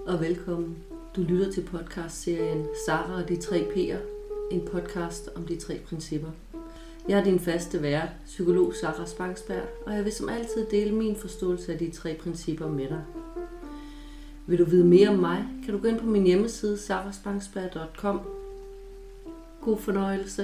og velkommen. Du lytter til podcastserien Sara og de 3 P'er, en podcast om de 3 principper. Jeg er din faste vært, psykolog Sara Spangsberg, og jeg vil som altid dele min forståelse af de 3 principper med dig. Vil du vide mere om mig, kan du gå ind på min hjemmeside saraspangsberg.com. God fornøjelse.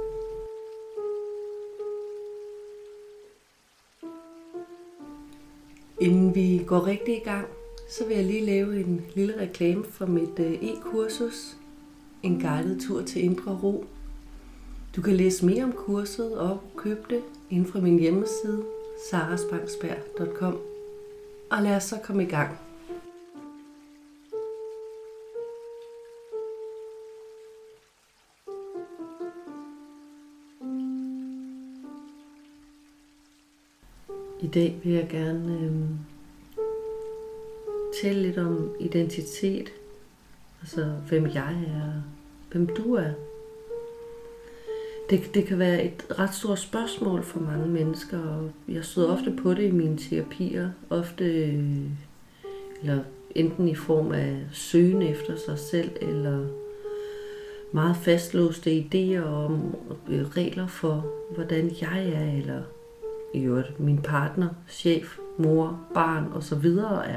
Inden vi går rigtig i gang, så vil jeg lige lave en lille reklame for mit e-kursus, en guided tur til indre ro. Du kan læse mere om kurset og købe det inden fra min hjemmeside saraspangsberg.com. Og lad os så komme i gang. I dag vil jeg gerne tale lidt om identitet, altså hvem jeg er, hvem du er. Det kan være et ret stort spørgsmål for mange mennesker, og jeg støder ofte på det i mine terapier, eller enten i form af søgen efter sig selv, eller meget fastlåste idéer om regler for, hvordan jeg er, eller i øvrigt min partner, chef, mor, barn osv. er.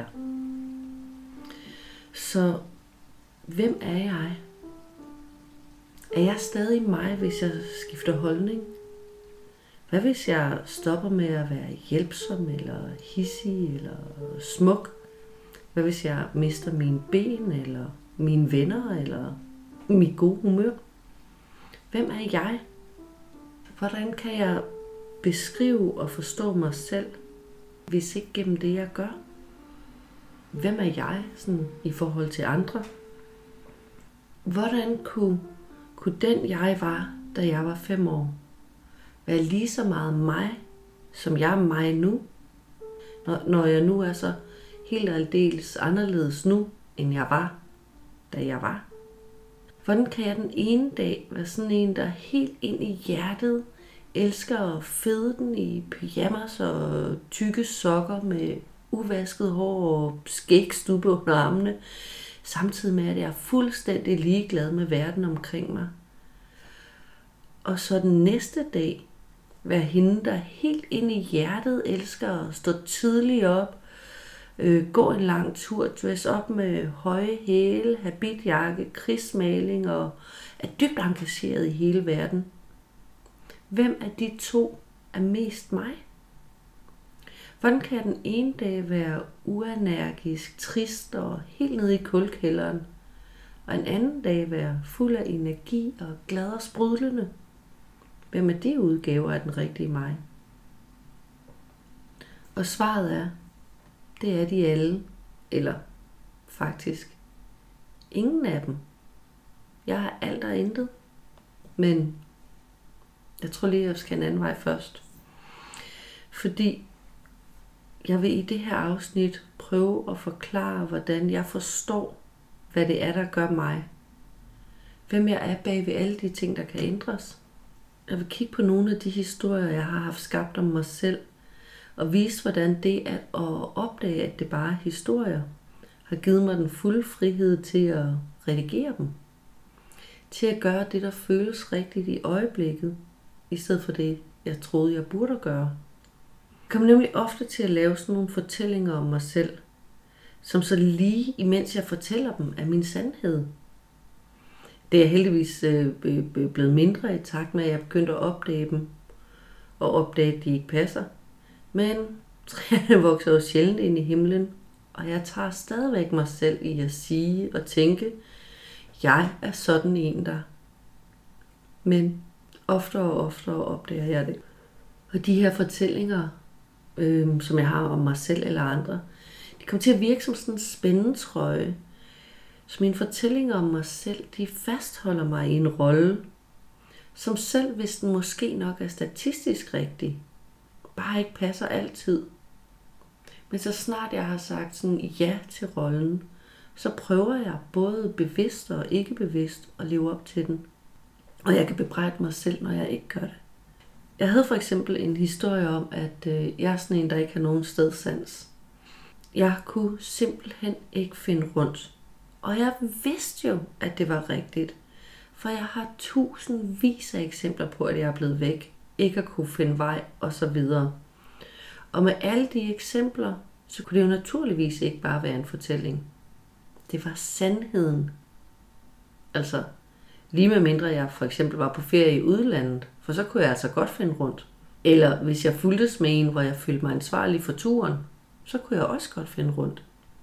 Så hvem er jeg? Er jeg stadig mig, hvis jeg skifter holdning? Hvad hvis jeg stopper med at være hjælpsom, eller hidsig, eller smuk? Hvad hvis jeg mister mine ben, eller mine venner, eller mit gode humør? Hvem er jeg? Hvordan kan jeg beskrive og forstå mig selv, hvis ikke gennem det, jeg gør? Hvem er jeg sådan, i forhold til andre? Hvordan kunne den jeg var, da jeg var 5 år, være lige så meget mig, som jeg er mig nu, når jeg nu er så helt aldeles anderledes nu, end jeg var, da jeg var? Hvordan kan jeg den ene dag være sådan en, der helt ind i hjertet elsker at fede den i pyjamas og tykke sokker med uvasket hår og skægstubbe under armene, samtidig med at jeg er fuldstændig ligeglad med verden omkring mig. Og så den næste dag være hende, der helt ind i hjertet elsker at stå tidligt op, gå en lang tur, dress op med høje hæle, habitjakke, krigsmaling og er dybt engageret i hele verden. Hvem af de 2 er mest mig? Hvordan kan jeg den ene dag være uenergisk, trist og helt nede i kulkælderen, og en anden dag være fuld af energi og glad og sprudlende? Hvem af de udgaver er den rigtige mig? Og svaret er, det er de alle, eller faktisk ingen af dem. Jeg har alt og intet, men jeg tror lige, jeg skal en anden vej først. Fordi jeg vil i det her afsnit prøve at forklare, hvordan jeg forstår, hvad det er, der gør mig. Hvem jeg er bag ved alle de ting, der kan ændres. Jeg vil kigge på nogle af de historier, jeg har haft skabt om mig selv, og vise, hvordan det at opdage, at det bare er historier, har givet mig den fulde frihed til at redigere dem. Til at gøre det, der føles rigtigt i øjeblikket, i stedet for det, jeg troede, jeg burde gøre. Jeg kommer nemlig ofte til at lave sådan nogle fortællinger om mig selv, som så lige imens jeg fortæller dem, er min sandhed. Det er heldigvis blevet mindre i takt med, at jeg begyndte at opdage dem, og opdage, at de ikke passer. Men træerne vokser jo sjældent ind i himlen, og jeg tager stadigvæk mig selv i at sige og tænke, jeg er sådan en der. Men oftere og oftere opdager jeg det. Og de her fortællinger, som jeg har om mig selv eller andre, de kommer til at virke som sådan en spændetrøje. Så mine fortællinger om mig selv, de fastholder mig i en rolle, som selv hvis den måske nok er statistisk rigtig, bare ikke passer altid. Men så snart jeg har sagt sådan ja til rollen, så prøver jeg både bevidst og ikke bevidst at leve op til den. Og jeg kan bebrejde mig selv, når jeg ikke gør det. Jeg havde for eksempel en historie om, at jeg er sådan en, der ikke har nogen stedsans. Jeg kunne simpelthen ikke finde rundt Og jeg vidste jo, at det var rigtigt. For jeg har tusindvis af eksempler på, at jeg er blevet væk, ikke at kunne finde vej osv. Og med alle de eksempler, så kunne det jo naturligvis ikke bare være en fortælling. Det var sandheden. Altså, lige med mindre jeg for eksempel var på ferie i udlandet, for så kunne jeg altså godt finde rundt. Eller hvis jeg fulgtes med en, hvor jeg følte mig ansvarlig for turen, så kunne jeg også godt finde rundt.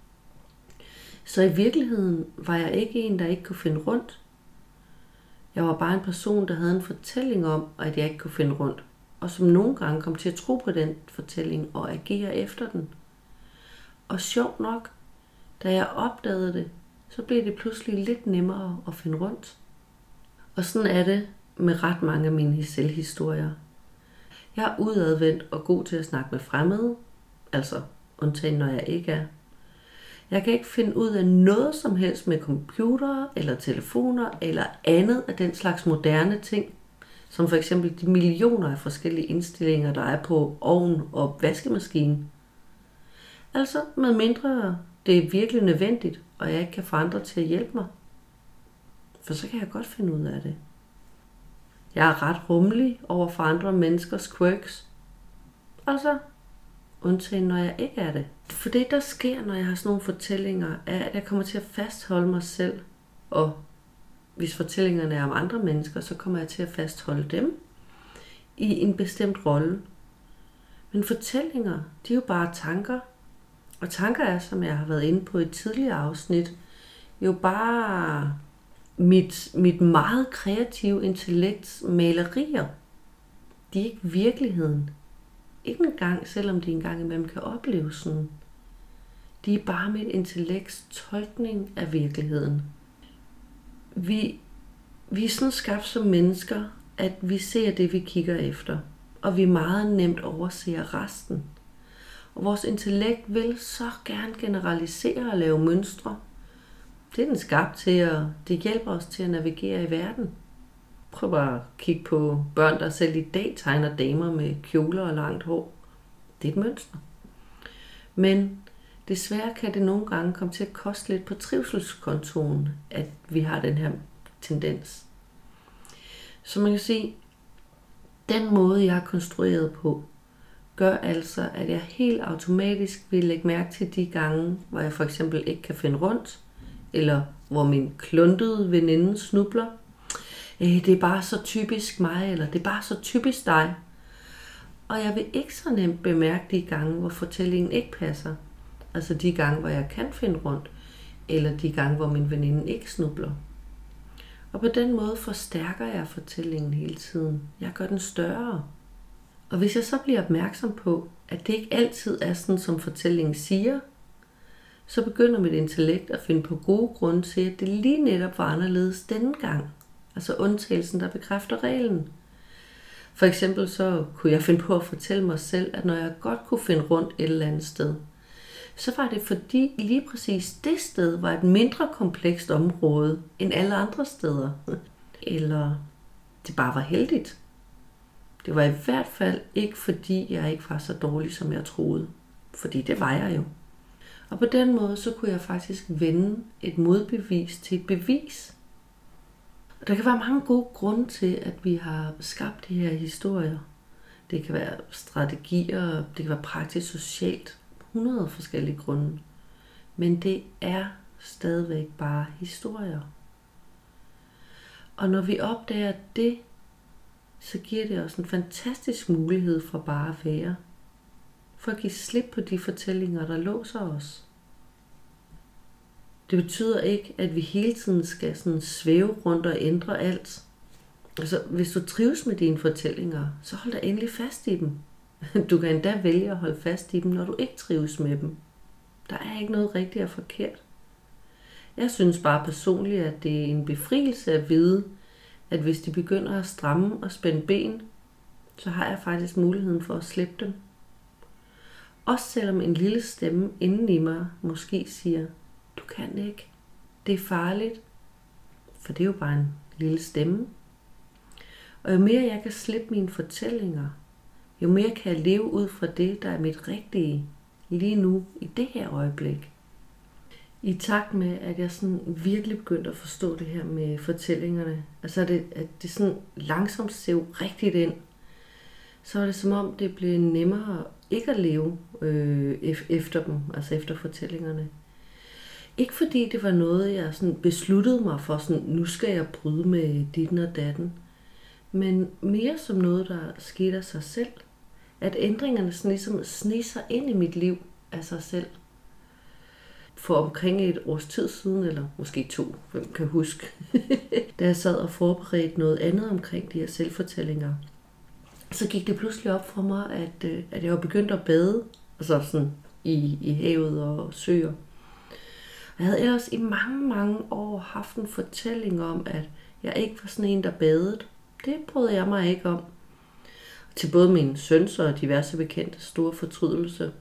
Så i virkeligheden var jeg ikke en, der ikke kunne finde rundt. Jeg var bare en person, der havde en fortælling om, at jeg ikke kunne finde rundt, og som nogle gange kom til at tro på den fortælling og agere efter den. Og sjovt nok, da jeg opdagede det, så blev det pludselig lidt nemmere at finde rundt. Og sådan er det med ret mange af mine selvhistorier. Jeg er udadvendt og god til at snakke med fremmede, altså undtagen når jeg ikke er. Jeg kan ikke finde ud af noget som helst med computere eller telefoner eller andet af den slags moderne ting, som for eksempel de millioner af forskellige indstillinger, der er på ovn og vaskemaskine. Altså med mindre det er virkelig nødvendigt, og jeg ikke kan få andre til at hjælpe mig. For så kan jeg godt finde ud af det. Jeg er ret rummelig over for andre menneskers quirks. Altså, undtagen når jeg ikke er det. For det, der sker, når jeg har sådan nogle fortællinger, er, at jeg kommer til at fastholde mig selv. Og hvis fortællingerne er om andre mennesker, så kommer jeg til at fastholde dem i en bestemt rolle. Men fortællinger, de er jo bare tanker. Og tanker er, som jeg har været inde på i et tidligere afsnit, jo bare mit meget kreative intellekts malerier. De er ikke virkeligheden. Ikke engang, selvom de engang imellem kan opleves sådan. De er bare mit intellekts tolkning af virkeligheden. Vi er sådan skabt som mennesker, at vi ser det, vi kigger efter. Og vi meget nemt overser resten. Og vores intellekt vil så gerne generalisere og lave mønstre. Det er den skabt til, og det hjælper os til at navigere i verden. Prøv bare at kigge på børn, der selv i dag tegner damer med kjoler og langt hår. Det er et mønster. Men desværre kan det nogle gange komme til at koste lidt på trivselskontoen, at vi har den her tendens. Så man kan sige, den måde, jeg er konstrueret på, gør altså, at jeg helt automatisk vil lægge mærke til de gange, hvor jeg for eksempel ikke kan finde rundt, eller hvor min kluntede veninde snubler. Det er bare så typisk mig, eller det er bare så typisk dig. Og jeg vil ikke så nemt bemærke de gange, hvor fortællingen ikke passer. Altså de gange, hvor jeg kan finde rundt, eller de gange, hvor min veninde ikke snubler. Og på den måde forstærker jeg fortællingen hele tiden. Jeg gør den større. Og hvis jeg så bliver opmærksom på, at det ikke altid er sådan, som fortællingen siger, så begynder mit intellekt at finde på gode grunde til, at det lige netop var anderledes denne gang. Altså undtagelsen, der bekræfter reglen. For eksempel så kunne jeg finde på at fortælle mig selv, at når jeg godt kunne finde rundt et eller andet sted, så var det fordi lige præcis det sted var et mindre komplekst område end alle andre steder. Eller det bare var heldigt. Det var i hvert fald ikke fordi jeg ikke var så dårlig, som jeg troede. Fordi det var jeg jo. Og på den måde, så kunne jeg faktisk vende et modbevis til et bevis. Og der kan være mange gode grunde til, at vi har skabt de her historier. Det kan være strategier, det kan være praktisk socialt, 100 forskellige grunde. Men det er stadigvæk bare historier. Og når vi opdager det, så giver det os en fantastisk mulighed for bare at være. For at give slip på de fortællinger, der låser os. Det betyder ikke, at vi hele tiden skal sådan svæve rundt og ændre alt. Altså, hvis du trives med dine fortællinger, så hold da endelig fast i dem. Du kan endda vælge at holde fast i dem, når du ikke trives med dem. Der er ikke noget rigtigt og forkert. Jeg synes bare personligt, at det er en befrielse at vide, at hvis de begynder at stramme og spænde ben, så har jeg faktisk muligheden for at slippe dem. Også selvom en lille stemme inden i mig måske siger, du kan ikke, det er farligt, for det er jo bare en lille stemme. Og jo mere jeg kan slippe mine fortællinger, jo mere kan jeg leve ud fra det, der er mit rigtige lige nu i det her øjeblik. I takt med, at jeg sådan virkelig begyndte at forstå det her med fortællingerne, altså at det sådan langsomt sev rigtigt ind, så var det som om, det blev nemmere ikke at leve efter dem, altså efter fortællingerne. Ikke fordi det var noget, jeg sådan besluttede mig for, sådan, nu skal jeg bryde med ditten og datten, men mere som noget, der skete af sig selv. At ændringerne sådan ligesom sneg sig ind i mit liv af sig selv. For omkring et års tid siden, eller måske 2, hvem kan huske, da jeg sad og forberedte noget andet omkring de her selvfortællinger, så gik det pludselig op for mig, at jeg var begyndt at bade, altså sådan i havet og søer. Jeg havde ellers i mange, mange år haft en fortælling om, at jeg ikke var sådan en, der badede. Det brød jeg mig ikke om. Til både min søns og diverse bekendte store fortrydelse.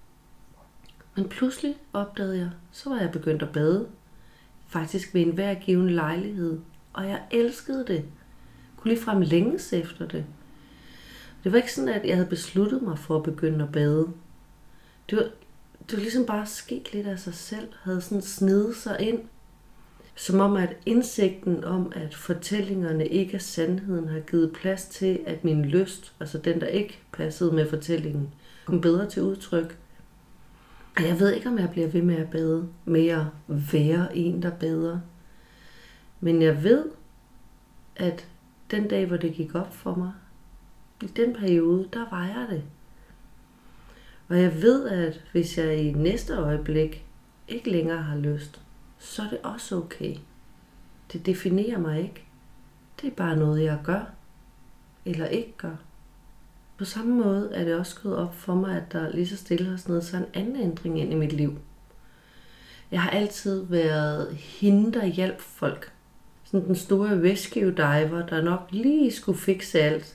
Men pludselig opdagede jeg, så var jeg begyndt at bade. Faktisk ved enhver given lejlighed. Og jeg elskede det. Jeg kunne ligefrem længes efter det. Det var ikke sådan, at jeg havde besluttet mig for at begynde at bade. Det var ligesom bare sket lidt af sig selv. Havde sådan snedet sig ind. Som om, at indsigten om, at fortællingerne ikke er sandheden, har givet plads til, at min lyst, altså den, der ikke passede med fortællingen, kom bedre til udtryk. Og jeg ved ikke, om jeg bliver ved med at bade, med at være en, der bader. Men jeg ved, at den dag, hvor det gik op for mig, i den periode, der var jeg det. Og jeg ved, at hvis jeg i næste øjeblik ikke længere har lyst, så er det også okay. Det definerer mig ikke. Det er bare noget, jeg gør, eller ikke gør. På samme måde er det også gået op for mig, at der lige så stille har snedet sig en anden ændring ind i mit liv. Jeg har altid været hende, der hjalp folk. Sådan den store rescue diver, der nok lige skulle fikse alt.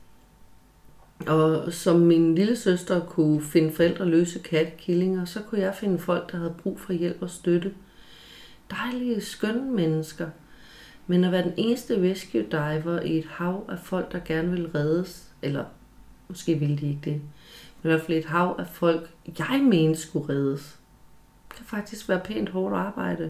Og som min lille søster kunne finde forældreløse kattekillinger, så kunne jeg finde folk, der havde brug for hjælp og støtte. Dejlige, skønne mennesker. Men at være den eneste rescue diver i et hav af folk, der gerne vil reddes, eller måske ville de ikke det, men i hvert fald et hav af folk, jeg mente skulle reddes, kan faktisk være pænt hårdt arbejde.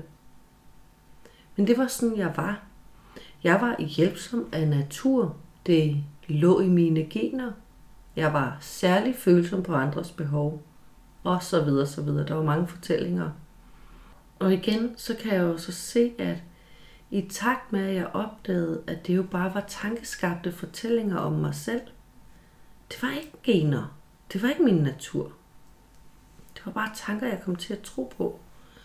Men det var sådan, jeg var. Jeg var hjælpsom af natur. Det lå i mine gener. Jeg var særlig følsom på andres behov. Og så videre, så videre. Der var mange fortællinger. Og igen, så kan jeg jo så se, at i takt med, at jeg opdagede, at det jo bare var tankeskabte fortællinger om mig selv. Det var ikke gener. Det var ikke min natur. Det var bare tanker, jeg kom til at tro på.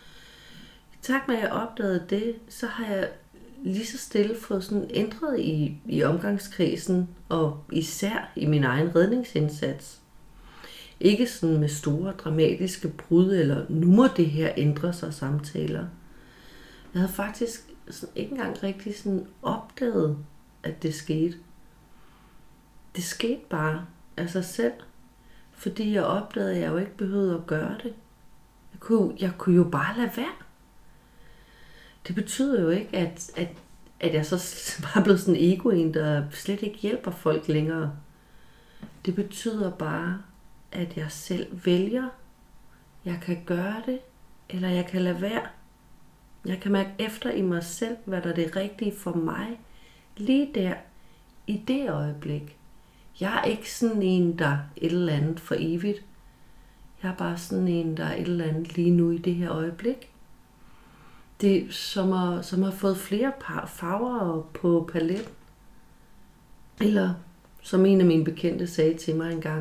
I takt med, at jeg opdagede det, så har jeg lige så stille fået sådan ændret i omgangskrisen, og især i min egen redningsindsats. Ikke sådan med store dramatiske brud, eller nu må det her ændre sig samtaler. Jeg havde faktisk sådan ikke engang rigtig sådan opdaget, at det skete. Det skete bare af sig selv, fordi jeg opdagede, at jeg jo ikke behøvede at gøre det. Jeg kunne jo bare lade være. Det betyder jo ikke, at jeg så bare er blevet sådan en egoen, der slet ikke hjælper folk længere. Det betyder bare, at jeg selv vælger. Jeg kan gøre det, eller jeg kan lade være. Jeg kan mærke efter i mig selv, hvad der er det rigtige for mig. Lige der, i det øjeblik. Jeg er ikke sådan en, der et eller andet for evigt. Jeg er bare sådan en, der er et eller andet lige nu i det her øjeblik. Det er som har fået flere farver på paletten. Eller som en af mine bekendte sagde til mig engang.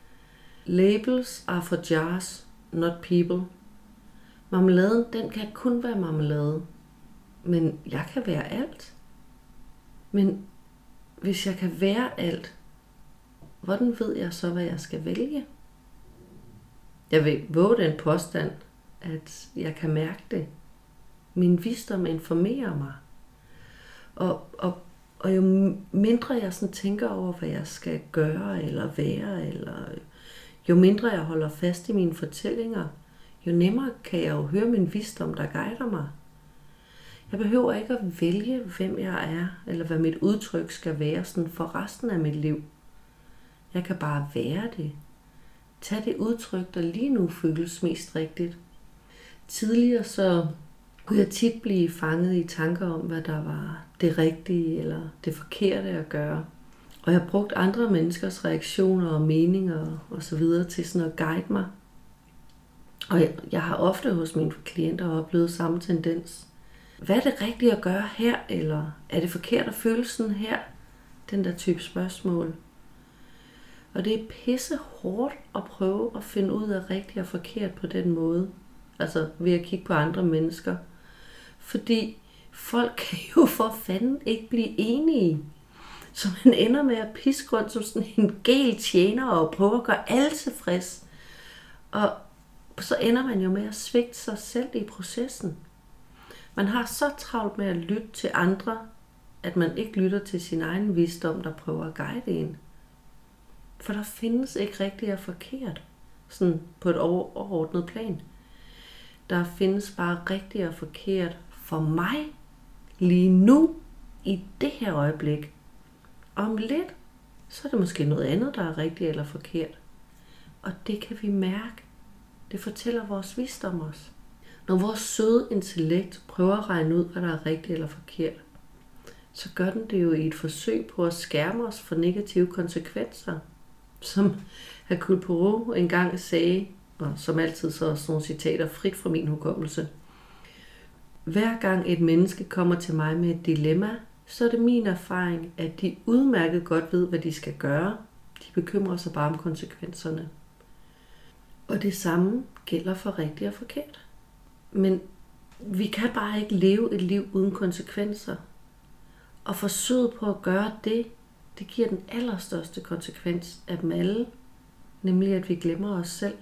Labels are for jars, not people. Marmeladen, den kan kun være marmelade. Men jeg kan være alt. Men hvis jeg kan være alt, hvordan ved jeg så, hvad jeg skal vælge? Jeg vil våge den påstand, at jeg kan mærke det. Min visdom informerer mig. Og jo mindre jeg sådan tænker over, hvad jeg skal gøre eller være, eller jo mindre jeg holder fast i mine fortællinger, jo nemmere kan jeg jo høre min visdom, der guider mig. Jeg behøver ikke at vælge, hvem jeg er, eller hvad mit udtryk skal være sådan for resten af mit liv. Jeg kan bare være det. Tag det udtryk, der lige nu føles mest rigtigt. Tidligere så kunne jeg tit blive fanget i tanker om, hvad der var det rigtige eller det forkerte at gøre. Og jeg har brugt andre menneskers reaktioner og meninger og så videre til sådan at guide mig. Og jeg har ofte hos mine klienter oplevet samme tendens. Hvad er det rigtige at gøre her, eller er det forkert at føle sådan her? Den der type spørgsmål. Og det er pisse hårdt at prøve at finde ud af rigtigt og forkert på den måde. Altså ved at kigge på andre mennesker. Fordi folk kan jo for fanden ikke blive enige. Så man ender med at piske rundt som sådan en gæl tjener og prøve at gøre alle tilfreds. Og så ender man jo med at svigte sig selv i processen. Man har så travlt med at lytte til andre, at man ikke lytter til sin egen visdom, der prøver at guide en. For der findes ikke rigtigt og forkert, sådan på et overordnet plan. Der findes bare rigtigt og forkert for mig, lige nu, i det her øjeblik. Om lidt, så er det måske noget andet, der er rigtigt eller forkert. Og det kan vi mærke. Det fortæller vores visdom os. Når vores søde intellekt prøver at regne ud, hvad der er rigtigt eller forkert, så gør den det jo i et forsøg på at skærme os for negative konsekvenser. Som Hercule Poirot engang sagde, og som altid så er sådan nogle citater frit fra min hukommelse. Hver gang et menneske kommer til mig med et dilemma, så er det min erfaring, at de udmærket godt ved, hvad de skal gøre. De bekymrer sig bare om konsekvenserne. Og det samme gælder for rigtigt og forkert. Men vi kan bare ikke leve et liv uden konsekvenser. Og forsøget på at gøre det, det giver den allerstørste konsekvens af dem alle, nemlig at vi glemmer os selv.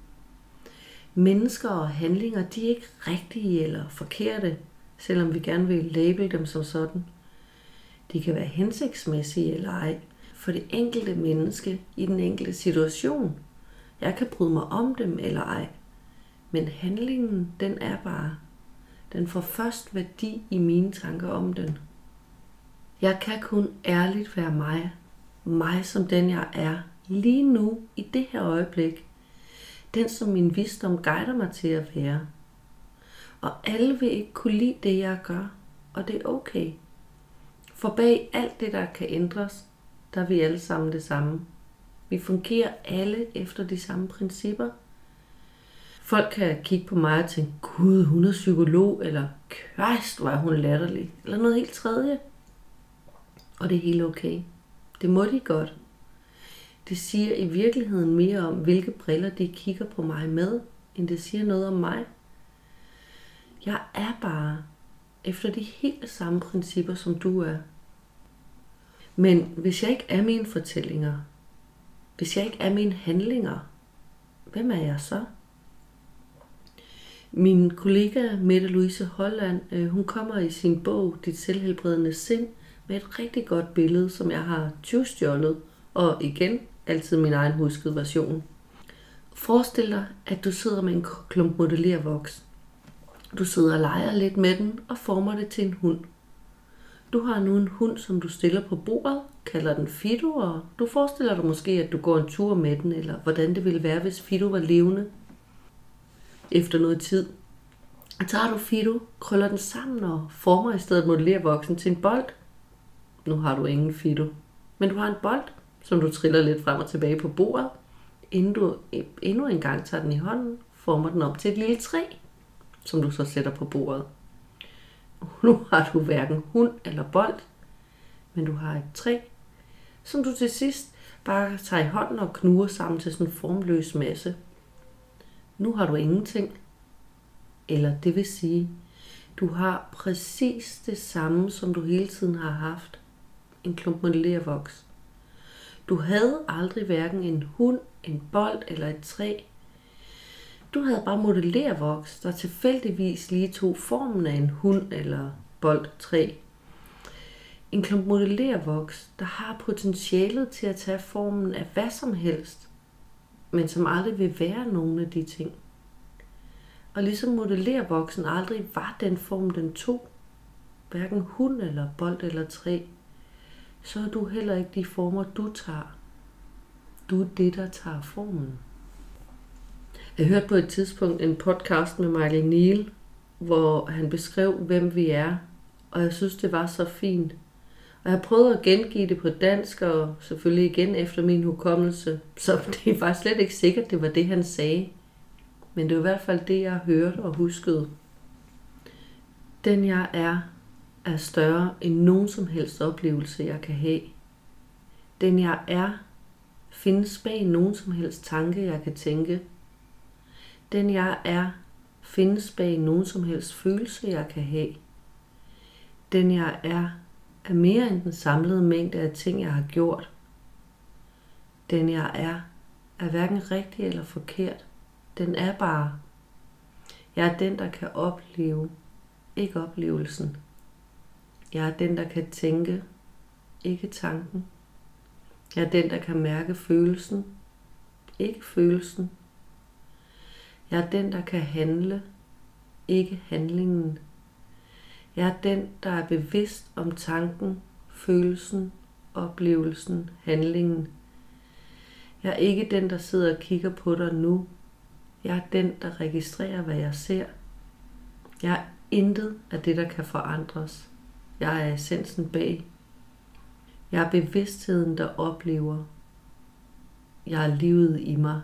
Mennesker og handlinger, de er ikke rigtige eller forkerte, selvom vi gerne vil label dem som sådan. De kan være hensigtsmæssige eller ej, for det enkelte menneske i den enkelte situation. Jeg kan bryde mig om dem eller ej, men handlingen, den er bare. Den får først værdi i mine tanker om den. Jeg kan kun ærligt være mig. Mig som den jeg er. Lige nu, i det her øjeblik. Den som min visdom guider mig til at være. Og alle vil ikke kunne lide det jeg gør. Og det er okay. For bag alt det der kan ændres, der er vi alle sammen det samme. Vi fungerer alle efter de samme principper. Folk kan kigge på mig og tænke, Gud, hun er psykolog, eller Christ, hvor er hun latterlig, eller noget helt tredje. Og det er helt okay. Det må de godt. Det siger i virkeligheden mere om, hvilke briller de kigger på mig med, end det siger noget om mig. Jeg er bare efter de helt samme principper, som du er. Men hvis jeg ikke er mine fortællinger, hvis jeg ikke er mine handlinger, hvem er jeg så? Min kollega Mette Louise Holland, hun kommer i sin bog Dit selvhelbredende sind med et rigtig godt billede, som jeg har tyvstjålet, og igen altid min egen huskede version. Forestil dig, at du sidder med en klump modellervoks. Du sidder og leger lidt med den og former det til en hund. Du har nu en hund, som du stiller på bordet, kalder den Fido, og du forestiller dig måske, at du går en tur med den, eller hvordan det ville være, hvis Fido var levende. Efter noget tid, tager du Fido, krøller den sammen og former i stedet modellervoksen til en bold. Nu har du ingen Fido, men du har en bold, som du triller lidt frem og tilbage på bordet, inden du endnu en gang tager den i hånden, former den op til et lille træ, som du så sætter på bordet. Nu har du hverken hund eller bold, men du har et træ, som du til sidst bare tager i hånden og knuger sammen til sådan en formløs masse. Nu har du ingenting. Eller det vil sige, du har præcis det samme, som du hele tiden har haft. En klump modellervoks. Du havde aldrig hverken en hund, en bold eller et træ. Du havde bare modellervoks, der tilfældigvis lige tog formen af en hund eller bold, træ. En klump modellervoks, der har potentialet til at tage formen af hvad som helst, men som aldrig vil være nogen af de ting. Og ligesom modellervoksen aldrig var den form, den tog, hverken hund eller bold eller træ, så er du heller ikke de former, du tager. Du er det, der tager formen. Jeg hørte på et tidspunkt en podcast med Michael Neal, hvor han beskrev, hvem vi er, og jeg synes, det var så fint. Og jeg prøvede at gengive det på dansk, og selvfølgelig igen efter min hukommelse, så det var slet ikke sikkert, det var det, han sagde. Men det var i hvert fald det, jeg hørte og huskede. Den jeg er større end nogen som helst oplevelse, jeg kan have. Den jeg er, findes bag nogen som helst tanke, jeg kan tænke. Den jeg er, findes bag nogen som helst følelse, jeg kan have. Den jeg er mere end den samlede mængde af ting, jeg har gjort. Den jeg er hverken rigtig eller forkert. Den er bare. Jeg er den, der kan opleve, ikke oplevelsen. Jeg er den, der kan tænke, ikke tanken. Jeg er den, der kan mærke følelsen, ikke følelsen. Jeg er den, der kan handle, ikke handlingen. Jeg er den, der er bevidst om tanken, følelsen, oplevelsen, handlingen. Jeg er ikke den, der sidder og kigger på dig nu. Jeg er den, der registrerer, hvad jeg ser. Jeg er intet af det, der kan forandres. Jeg er essensen bag. Jeg er bevidstheden, der oplever. Jeg er livet i mig.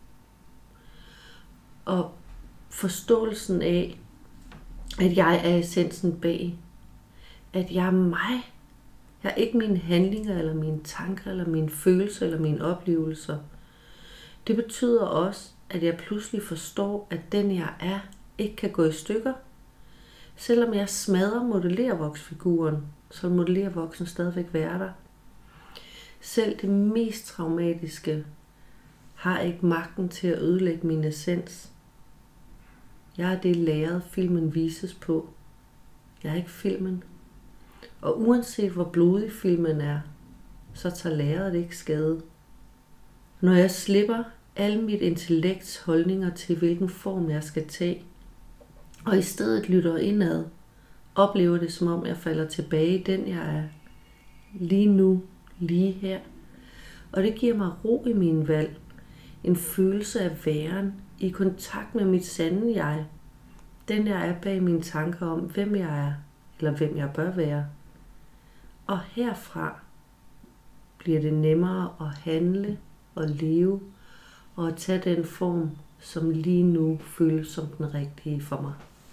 Og forståelsen af, at jeg er essensen bag. At jeg er mig. Jeg er ikke mine handlinger, eller mine tanker, eller mine følelser, eller mine oplevelser. Det betyder også, at jeg pludselig forstår, at den jeg er, ikke kan gå i stykker. Selvom jeg smadrer modellervoksfiguren, så vil modellervoksen stadigvæk være der. Selv det mest traumatiske har ikke magten til at ødelægge min essens. Jeg er det lærred, filmen vises på. Jeg er ikke filmen. Og uanset hvor blodig filmen er, så tager lærredet ikke skade. Når jeg slipper alle mit intellekts holdninger til, hvilken form jeg skal tage, og i stedet lytter indad, oplever det, som om jeg falder tilbage i den, jeg er. Lige nu, lige her. Og det giver mig ro i min valg. En følelse af væren i kontakt med mit sande jeg. Den jeg er bag mine tanker om, hvem jeg er, eller hvem jeg bør være. Og herfra bliver det nemmere at handle og leve, og at tage den form, som lige nu føles som den rigtige for mig.